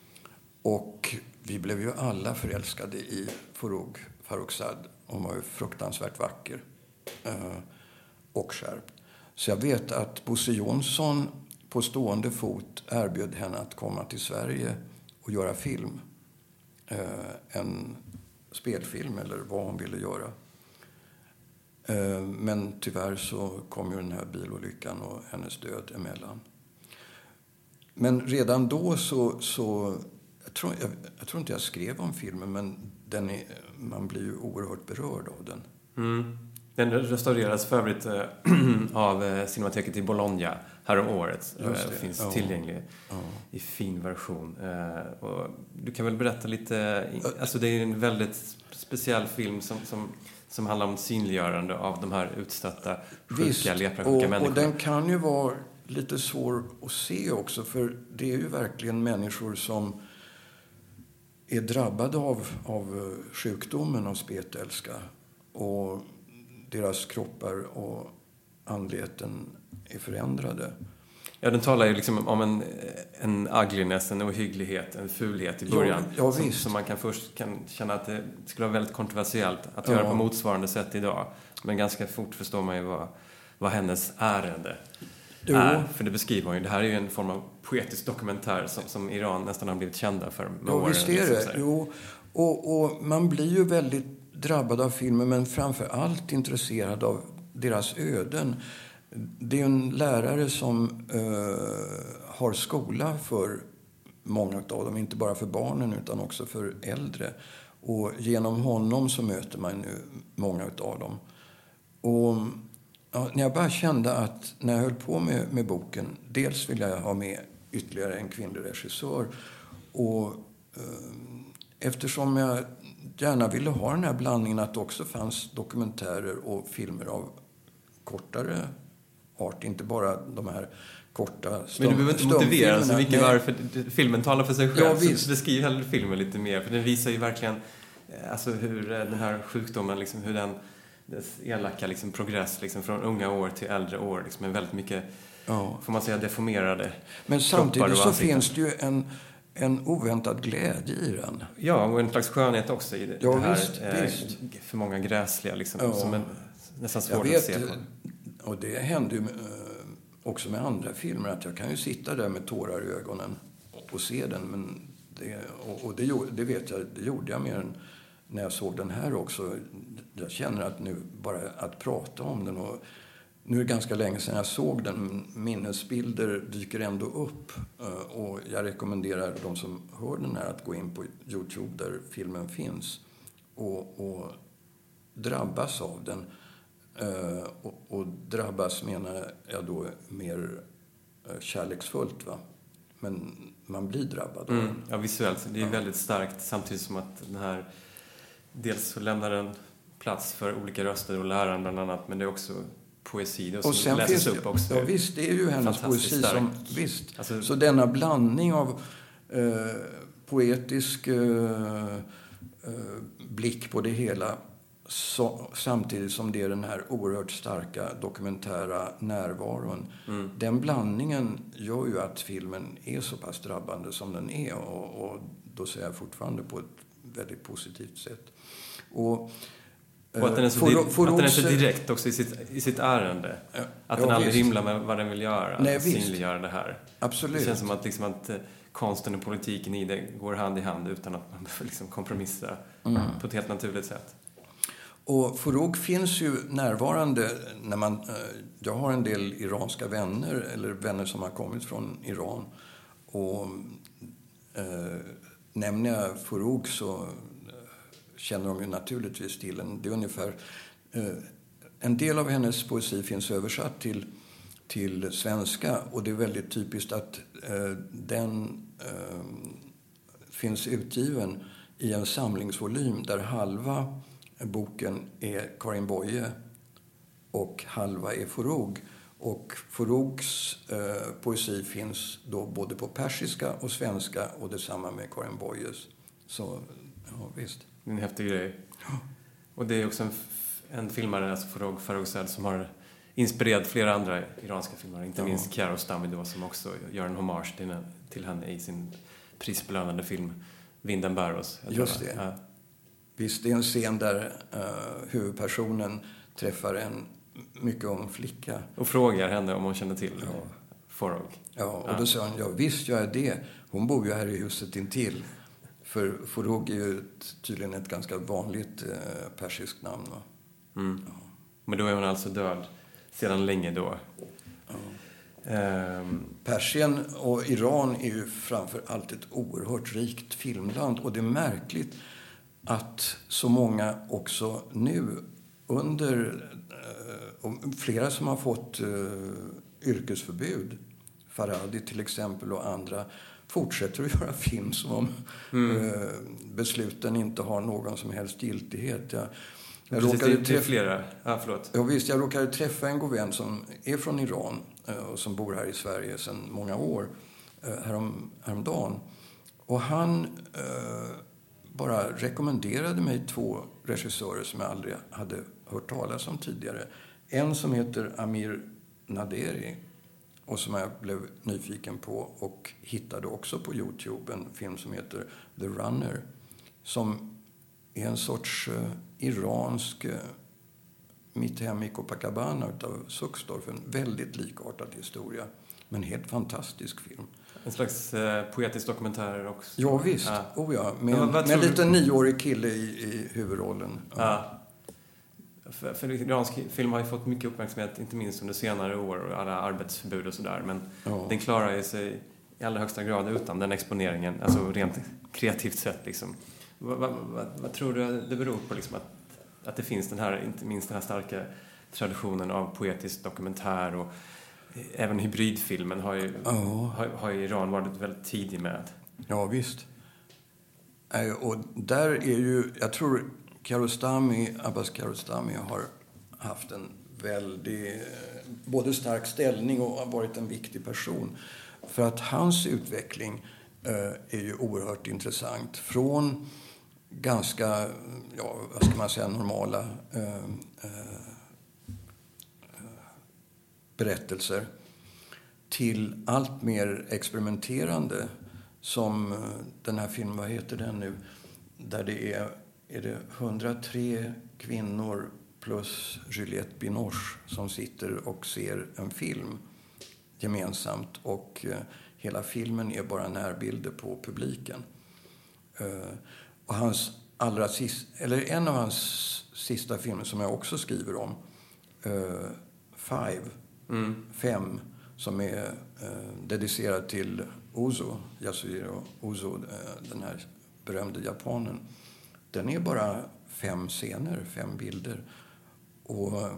Och vi blev ju alla förälskade i Forog Farrokhzad. Hon var ju fruktansvärt vacker. Uh, och skärpt. Så jag vet att Bosse Jonsson på stående fot erbjöd henne att komma till Sverige och göra film. Eh, en spelfilm eller vad hon ville göra. Eh, men tyvärr så kom ju den här bilolyckan och hennes död emellan. Men redan då så... så jag, tror, jag, jag tror inte jag skrev om filmen, men den är, man blir ju oerhört berörd av den. Mm. Den restaureras för övrigt äh, av äh, Cinemateket i Bologna här om året. Äh, finns ja. tillgänglig ja. i fin version. Äh, och du kan väl berätta lite... Alltså det är en väldigt speciell film som, som, som handlar om synliggörande av de här utstötta, sjuka, leprasjuka människor. Och den kan ju vara lite svår att se också. För det är ju verkligen människor som är drabbade av, av sjukdomen av spetälska. Och deras kroppar och andligheten är förändrade. Ja, den talar ju liksom om en, en ugliness, en ohygglighet, en fulhet i början. Ja, ja, som, visst. som man kan först kan känna att det skulle vara väldigt kontroversiellt att Ja. göra på motsvarande sätt idag. Men ganska fort förstår man ju vad, vad hennes ärende Jo. är. För det beskriver hon ju. Det här är ju en form av poetisk dokumentär som, som Iran nästan har blivit kända för med Ja, åren. visst är liksom, det. så här. Jo. Och, och man blir ju väldigt drabbad av filmen, men framför allt intresserad av deras öden. Det är en lärare som eh, har skola för många av dem, inte bara för barnen utan också för äldre. Och genom honom så möter man nu många av dem. Och ja, när jag bara kände att när jag höll på med, med boken, dels vill jag ha med ytterligare en kvinnlig regissör. Och eh, eftersom jag gärna ville ha den här blandningen att det också fanns dokumentärer och filmer av kortare art, inte bara de här korta stum, Men du behöver inte motivera så mycket Nej. varför filmen talar för sig själv. Ja, visst. Så beskriv hellre filmen lite mer, för den visar ju verkligen eh, alltså hur eh, den här sjukdomen, liksom, hur den dess elaka liksom, progress liksom, från unga år till äldre år liksom, är väldigt mycket, Ja. får man säga, deformerade. Men samtidigt så ansikten. finns det ju en, en oväntad glädje i den. Ja, och en slags skönhet också i det, Ja, det här visst, eh, visst. för många gräsliga liksom, Ja. som är nästan Jag svårt att vet, se på. och det händer ju med, också med andra filmer, att jag kan ju sitta där med tårar i ögonen och se den. Men det, och och det, det vet jag, det gjorde jag mer än när jag såg den här också. Jag känner att nu bara att prata om den, och nu är det ganska länge sedan jag såg den, minnesbilder dyker ändå upp. Och jag rekommenderar de som hör den här att gå in på YouTube där filmen finns och, och drabbas av den. Uh, och, och drabbas menar jag då mer uh, kärleksfullt, va? Men man blir drabbad av Mm, den. ja, visuellt. Det är Ja. väldigt starkt, samtidigt som att den här dels så lämnar den plats för olika röster och läraren bland annat, men det är också poesi och, Och sen läses finns upp det, också. ja visst, det är ju hennes Fantastiskt poesi som, stark. visst. Alltså- Så denna blandning av uh, poetisk uh, uh, blick på det hela, så, samtidigt som det är den här oerhört starka dokumentära närvaron. Mm. Den blandningen gör ju att filmen är så pass drabbande som den är, och, och då säger jag fortfarande på ett väldigt positivt sätt. Och, Och att den är så, får- di- får att den är så också- direkt också i sitt, i sitt ärende. Ja, Att ja, den aldrig visst. hymlar med vad den vill göra. Nej, att visst. synliggöra det här. Absolut. Det känns som att, liksom, att eh, konsten och politiken i det går hand i hand utan att man behöver liksom kompromissa Mm. på ett helt naturligt sätt. Och Forough finns ju närvarande när man... eh, Jag har en del iranska vänner, eller vänner som har kommit från Iran. Och eh, nämner jag Forough så eh, känner de ju naturligtvis till en. Det är ungefär... Eh, en del av hennes poesi finns översatt till, till svenska, och det är väldigt typiskt att eh, den eh, finns utgiven i en samlingsvolym där halva boken är Karin Boye och halva är Forough. Och Foroughs eh, poesi finns då både på persiska och svenska, och detsamma med Karin Boyes. Så, ja visst. Det är en häftig grej. Och det är också en, f- en filmare, alltså Forough Farrokhzad, som har inspirerat flera andra iranska filmare. Inte Ja. minst Kiarostami då, som också gör en hommage till, henne- till henne i sin prisbelönade film Vinden bär oss. jag tror Just jag. det. Ja. Visst, det är en scen där uh, huvudpersonen träffar en mycket ung flicka. Och frågar henne om hon känner till Ja. Forough. Ja, och Ja. då sa hon, ja visst gör jag det. Hon bor ju här i huset intill. För Forough är ju ett, tydligen ett ganska vanligt uh, persiskt namn. Va? Mm. Men då är hon alltså död sedan länge då. Ja. Ehm, Persien och Iran är ju framför allt ett oerhört rikt filmland. Och det är märkligt att så många också nu under... eh, och flera som har fått eh, yrkesförbud, Farhadi till exempel och andra, fortsätter att göra film som om Mm. eh, besluten inte har någon som helst giltighet. Jag, jag precis, det, råkade det är träffa... flera. Ja, förlåt. Ja, visst, jag råkade träffa en god vän som är från Iran eh, och som bor här i Sverige sedan många år, eh, härom, häromdagen. Och han eh, bara rekommenderade mig två regissörer som jag aldrig hade hört talas om tidigare. En som heter Amir Naderi och som jag blev nyfiken på och hittade också på YouTube en film som heter The Runner, som är en sorts uh, iransk uh, Mitt hem i Copacabana utav Suxdorf. En väldigt likartad historia, men helt fantastisk film. En slags eh, poetisk dokumentär också. Ja, visst. Ja. Oh, ja. Med, vad, vad med en du... liten nioårig kille i, i huvudrollen. Ja. Ja. För, för iransk film har ju fått mycket uppmärksamhet, inte minst under senare år och alla arbetsförbud och sådär. Men Ja. den klarar ju sig i allra högsta grad utan den exponeringen, alltså rent kreativt sett liksom. Vad, vad, vad, vad tror du det beror på liksom att, att det finns den här, inte minst den här starka traditionen av poetisk dokumentär och även hybridfilmen har ju, Ja. har, har ju Iran varit väldigt tidig med. Ja, visst. Och där är ju, jag tror Kiarostami, Abbas Kiarostami har haft en väldigt, både stark ställning och har varit en viktig person. För att hans utveckling eh, är ju oerhört intressant. Från ganska, ja, vad ska man säga, normala eh, eh, berättelser till allt mer experimenterande, som den här filmen, vad heter den nu, där det är, är det hundratre kvinnor plus Juliette Binoche som sitter och ser en film gemensamt, och eh, hela filmen är bara närbilder på publiken. Eh, och hans allra sist, eller en av hans sista filmer som jag också skriver om, eh, Five, mm. Fem, som är eh, dedicerad till Ozu, Yasuhiro Ozu, eh, den här berömde japanen. Den är bara fem scener, fem bilder. Och eh,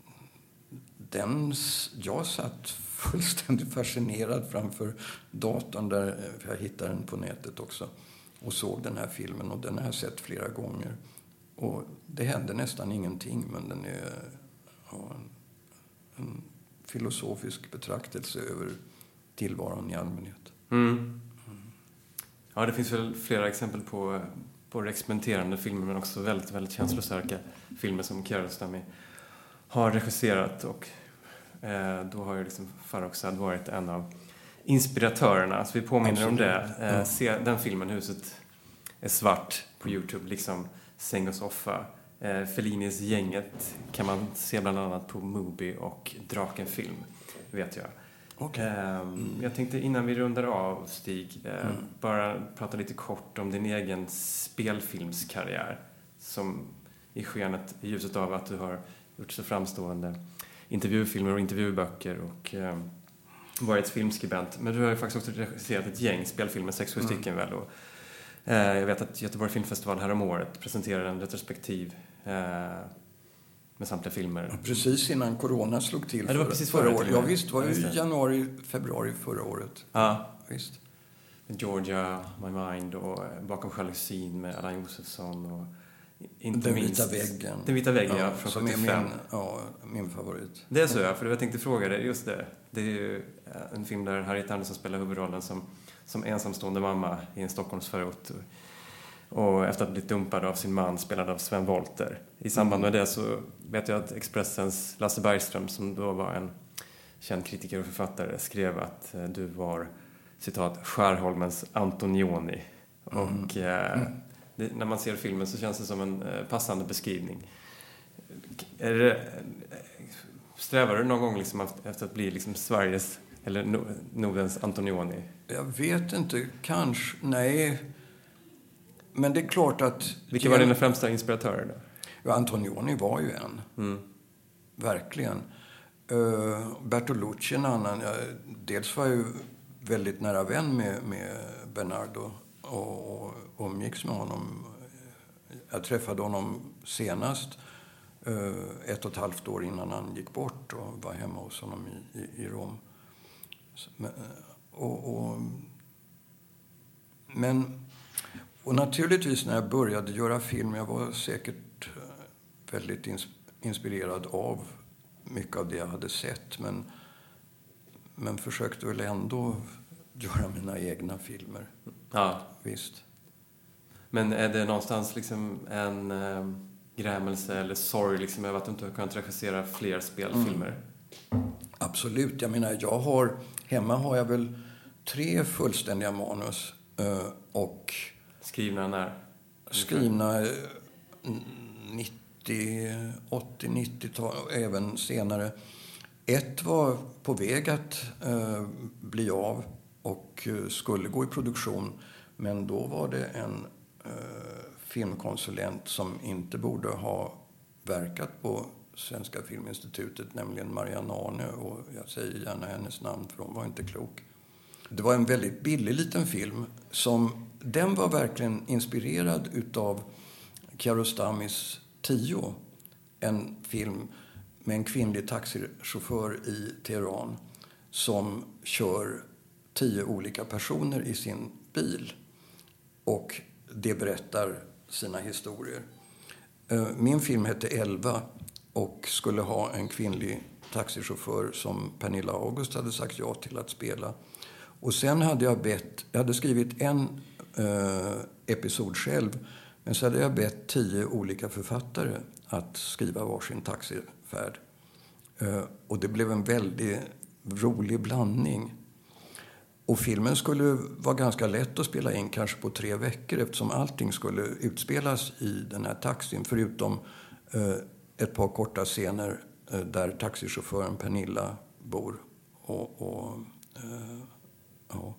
den, jag satt fullständigt fascinerad framför datorn, där jag hittade den på nätet också, och såg den här filmen, och den har jag sett flera gånger. Och det hände nästan ingenting, men den är ja, en, en filosofisk betraktelse över tillvaron i allmänhet. Mm. Mm. Ja, det finns väl flera exempel på, på experimenterande filmer, men också väldigt, väldigt känslostarka filmer som Kiarostami har regisserat, och eh, då har ju liksom Farrokhzad varit en av inspiratörerna. Så vi påminner Absolut. om det. Eh, ja. Se den filmen, Huset är svart, på YouTube, liksom Säng och soffa. Eh, Fellinis Gänget kan man se bland annat på Mubi och Drakenfilm, vet jag. Okay. Eh, mm. Jag tänkte innan vi rundar av, Stig, eh, mm. bara prata lite kort om din egen spelfilmskarriär, som i skenet, i ljuset av att du har gjort så framstående intervjufilmer och intervjuböcker och eh, varit filmskribent. Men du har ju faktiskt också regisserat ett gäng spelfilmer, sex, sju mm. stycken väl. Och, eh, jag vet att Göteborg Filmfestival här om året presenterade en retrospektiv eh, med samtliga filmer. Ja, precis innan corona slog till. Ja, det var precis förra, förra året. Ja, visst, var det i januari, februari förra året. Ja. Visst. Georgia, My Mind och Bakom jalusin med Allan Josefsson och inte Den minst, vita väggen. Den vita väggen, ja, från som sjuttiofem. är min, ja, min favorit. Det är så, ja, för jag tänkte fråga dig just det. Det är ju en film där Harriet Andersson spelar huvudrollen som, som ensamstående mamma i en Stockholmsförort. Och efter att ha blivit dumpad av sin man, spelad av Sven Wollter. I samband med det så vet jag att Expressens Lasse Bergström, som då var en känd kritiker och författare, skrev att du var, citat, Skärholmens Antonioni. Mm. Och eh, det, när man ser filmen så känns det som en eh, passande beskrivning. Är det, strävar du någon gång liksom efter att bli liksom Sveriges eller Nordens Antonioni? Jag vet inte, kanske, nej. Men det är klart att... Vilka var dina främsta inspiratörer då? Ja, Antonioni var ju en. Mm. Verkligen. Uh, Bertolucci en annan. Jag, dels var jag ju väldigt nära vän med, med Bernardo och, och umgicks med honom. Jag träffade honom senast uh, ett och ett halvt år innan han gick bort och var hemma hos honom i, i, i Rom. Men, och, och, men... Och naturligtvis när jag började göra film, jag var säkert väldigt inspirerad av mycket av det jag hade sett. Men, men försökte väl ändå göra mina egna filmer. Ja. Visst. Men är det någonstans liksom en eh, grämelse eller sorg liksom över att du inte har kunnat regissera fler spelfilmer? Mm. Absolut. Jag menar, jag har... Hemma har jag väl tre fullständiga manus. Eh, och... Skrivna när? Skrivna nittio, åttio, nittio-tal, även senare. Ett var på väg att eh, bli av och eh, skulle gå i produktion. Men då var det en eh, filmkonsulent som inte borde ha verkat på Svenska Filminstitutet, nämligen Marianne Arne. Och jag säger gärna hennes namn för hon var inte klok. Det var en väldigt billig liten film som... Den var verkligen inspirerad utav Kiarostamis Tio. En film med en kvinnlig taxichaufför i Teheran som kör tio olika personer i sin bil. Och det berättar sina historier. Min film hette Elva och skulle ha en kvinnlig taxichaufför som Pernilla August hade sagt ja till att spela. Och sen hade jag bett, jag hade skrivit en eh, episod själv, men så hade jag bett tio olika författare att skriva varsin taxifärd. Eh, och det blev en väldigt rolig blandning. Och filmen skulle vara ganska lätt att spela in, kanske på tre veckor, eftersom allting skulle utspelas i den här taxin, förutom eh, ett par korta scener eh, där taxichauffören Pernilla bor. Och... och eh, Ja.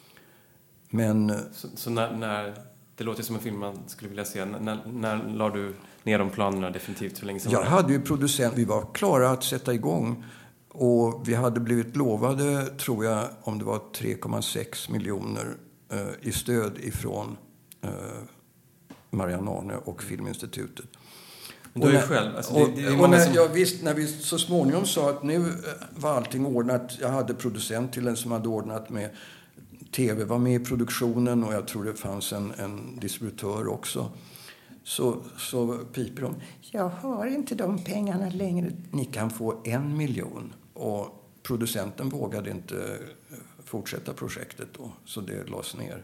Men... Så, så när, när... Det låter som en film man skulle vilja se. När, när la du ner de planerna definitivt? Hur länge sedan jag var det? hade ju producent... Vi var klara att sätta igång. Och vi hade blivit lovade, tror jag, om det var tre komma sex miljoner eh, i stöd ifrån eh, Marianne Arne och Filminstitutet. Men du är ju själv. Alltså, och, det, det är och när, som... jag visst, när vi så småningom sa att nu var allting ordnat. Jag hade producent till en som hade ordnat med tv, var med i produktionen och jag tror det fanns en, en distributör också. Så, så piper de. Jag har inte de pengarna längre. Ni kan få en miljon. Och producenten vågade inte fortsätta projektet då. Så det lades ner.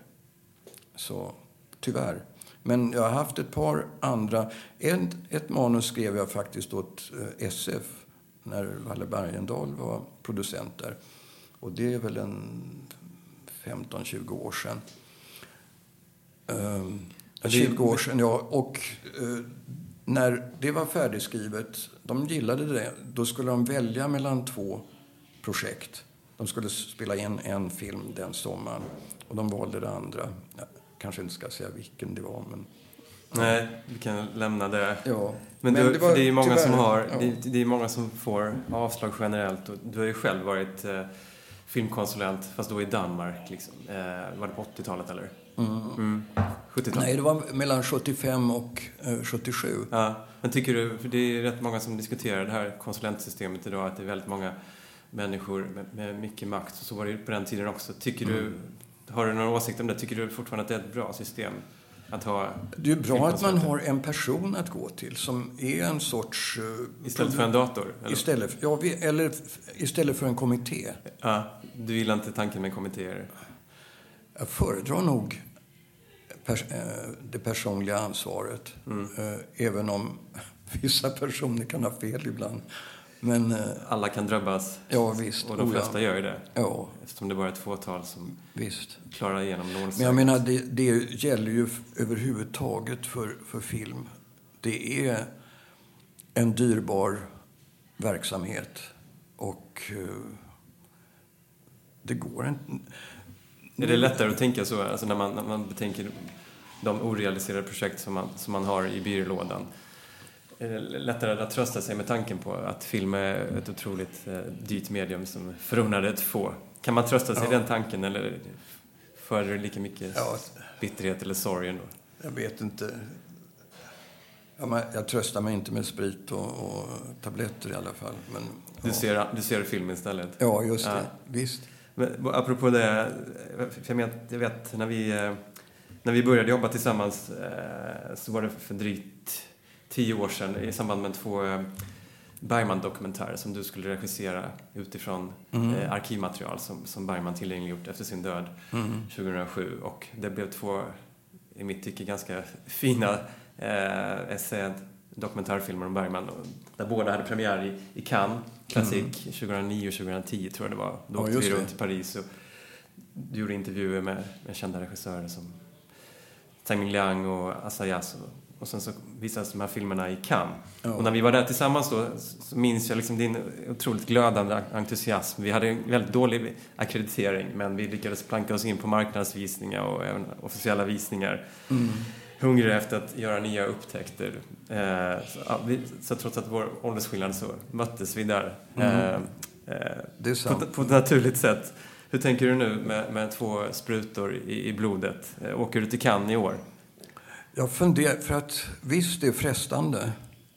Så tyvärr. Men jag har haft ett par andra. Ett, ett manus skrev jag faktiskt åt S F när Valle Bergendahl var producent där. Och det är väl en femton tjugo år sedan. Um, tjugo år sedan, ja. Och uh, när det var färdigskrivet, de gillade det. Då skulle de välja mellan två projekt. De skulle spela in en film den sommaren. Och de valde det andra. Jag kanske inte ska säga vilken det var, men... Nej, vi kan lämna det. Ja. Men, men du, det, var, det är många tyvärr, som har, ja. det, det är många som får avslag generellt. Och du har ju själv varit eh, filmkonsulent, fast då i Danmark. Liksom. Eh, var det på åttiotalet eller? Mm. Mm. sjuttiotalet? Nej, det var mellan sjuttiofem och eh, sjuttiosju. Ja, men tycker du, för det är rätt många som diskuterar det här konsulentsystemet idag, att det är väldigt många människor med, med mycket makt. Så var det ju på den tiden också. Tycker mm. du, har du någon åsikt om det? Tycker du fortfarande att det är ett bra system? Att ha det är bra att man har en person att gå till som är en sorts... Uh, istället för en dator? Eller? Istället, ja, vi, eller istället för en kommitté. Ja, du gillar inte tanken med kommittéer? Jag föredrar nog pers- det personliga ansvaret. Mm. Uh, även om vissa personer kan ha fel ibland. Men, uh, alla kan drabbas. Ja, visst. Och de flesta ja. gör ju det. Ja. Eftersom det bara är ett fåtal som visst. klarar igenom nålsögat. Men jag menar, det, det gäller ju överhuvudtaget för, för film. Det är en dyrbar verksamhet. Och uh, det går inte... Är det lättare att tänka så? Alltså när man, när man betänker de orealiserade projekt som man, som man har i byrålådan. Är det lättare att trösta sig med tanken på att film är ett otroligt eh, dyrt medium som förunnade ett få? Kan man trösta sig ja. i den tanken eller för det lika mycket ja. bitterhet eller sorg ändå? Jag vet inte. Ja, men jag tröstar mig inte med sprit och, och tabletter i alla fall. Men, ja. du, ser, du ser film istället? Ja, just det. Ja. Visst. Men, apropå det, för jag, jag vet när vi, när vi började jobba tillsammans så var det för drygt tio år sedan i samband med två Bergman-dokumentärer som du skulle regissera utifrån mm. eh, arkivmaterial som, som Bergman tillgängliggjort efter sin död mm. tjugohundrasju. Och det blev två i mitt tycke ganska fina eh, essä dokumentärfilmer om Bergman. Där båda hade premiär i, i Cannes, klassik, mm. tjugohundranio och tjugohundratio tror jag det var. Då åkte ja, vi runt i Paris och gjorde intervjuer med, med kända regissörer som Tsai Ming Liang och Assayas. Och, och sen så visades de här filmerna i Cannes. Ja. Och när vi var där tillsammans då så minns jag liksom din otroligt glödande entusiasm. Vi hade en väldigt dålig akkreditering, men vi lyckades planka oss in på marknadsvisningar och även officiella visningar. Mm. Hungriga efter att göra nya upptäckter. Eh, så, ja, vi, så trots att vår åldersskillnad så möttes vi där. Mm. Eh, eh, det är sant. På, på ett naturligt sätt. Hur tänker du nu med, med två sprutor i, i blodet? Eh, åker du till Cannes i år? Jag funderar, för att visst det är frestande.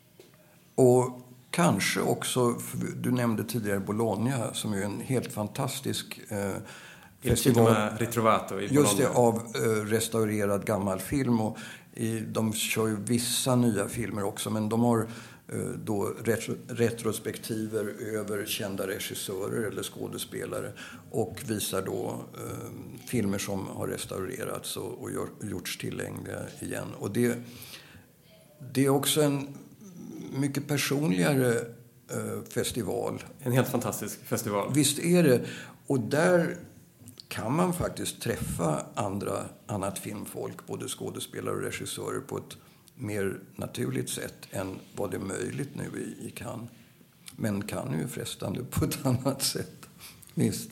Och kanske också, du nämnde tidigare Bologna som är en helt fantastisk eh, festival. Ritrovato i just det, av eh, restaurerad gammal film. Och i, de kör ju vissa nya filmer också, men de har eh, då retro, retrospektiver över kända regissörer eller skådespelare och visar då eh, filmer som har restaurerats och, och gör, gjorts tillgängliga igen. Och det, det är också en mycket personligare eh, festival. En helt fantastisk festival. Visst är det. Och där kan man faktiskt träffa andra, annat filmfolk, både skådespelare och regissörer, på ett mer naturligt sätt än vad det är möjligt nu i, i Cannes. Men Cannes är ju frestande på ett annat sätt. Visst.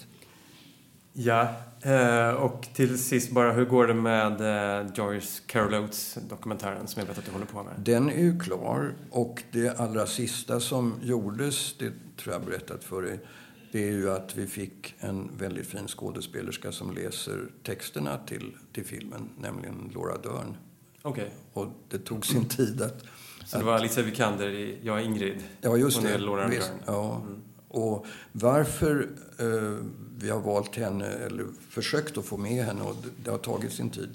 Ja, och till sist bara, hur går det med Joyce Carol Oates dokumentären som jag vet att du håller på med? Den är ju klar, och det allra sista som gjordes, det tror jag berättat för dig, det är ju att vi fick en väldigt fin skådespelerska som läser texterna till, till filmen, nämligen Laura Dern. Okej. Okay. Och det tog sin tid att... Så det var Alicia Vikander i Jag är Ingrid? Ja, just det. Laura Visst, Dern. ja. Mm. Och varför eh, vi har valt henne, eller försökt att få med henne, och det har tagit sin tid,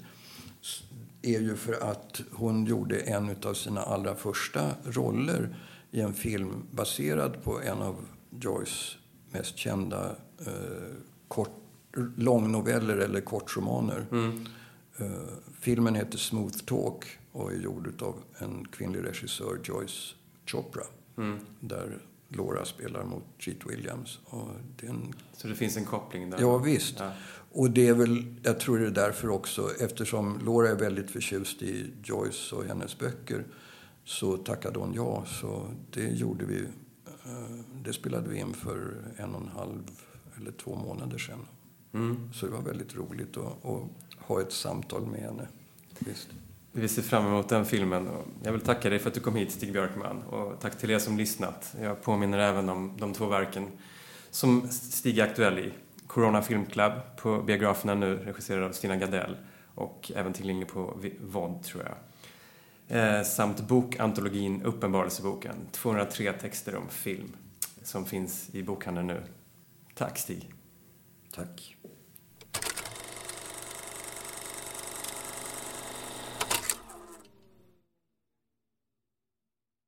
är ju för att hon gjorde en av sina allra första roller i en film baserad på en av Joyce mest kända eh, kort, långnoveller eller kortromaner. Mm. Eh, filmen heter Smooth Talk och är gjord av en kvinnlig regissör, Joyce Chopra. Mm. Där Laura spelar mot Jeet Williams. Och det är en... Så det finns en koppling där? Ja, visst. Ja. Och det är väl, jag tror det är därför också, eftersom Laura är väldigt förtjust i Joyce och hennes böcker, så tackade hon ja. Så det gjorde vi. Det spelade vi in för en och en halv eller två månader sedan. Mm. Så det var väldigt roligt att, att ha ett samtal med henne. Visst. Vi ser fram emot den filmen. Jag vill tacka dig för att du kom hit, Stig Björkman. Och tack till er som lyssnat. Jag påminner även om de två verken som Stig är aktuell i. Corona Film Club på biograferna nu, regisserad av Stina Gardell. Och även tillgänglig på V O D, tror jag. Eh, samt bokantologin Uppenbarelseboken. tvåhundratre texter om film som finns i bokhandeln nu. Tack, Stig. Tack.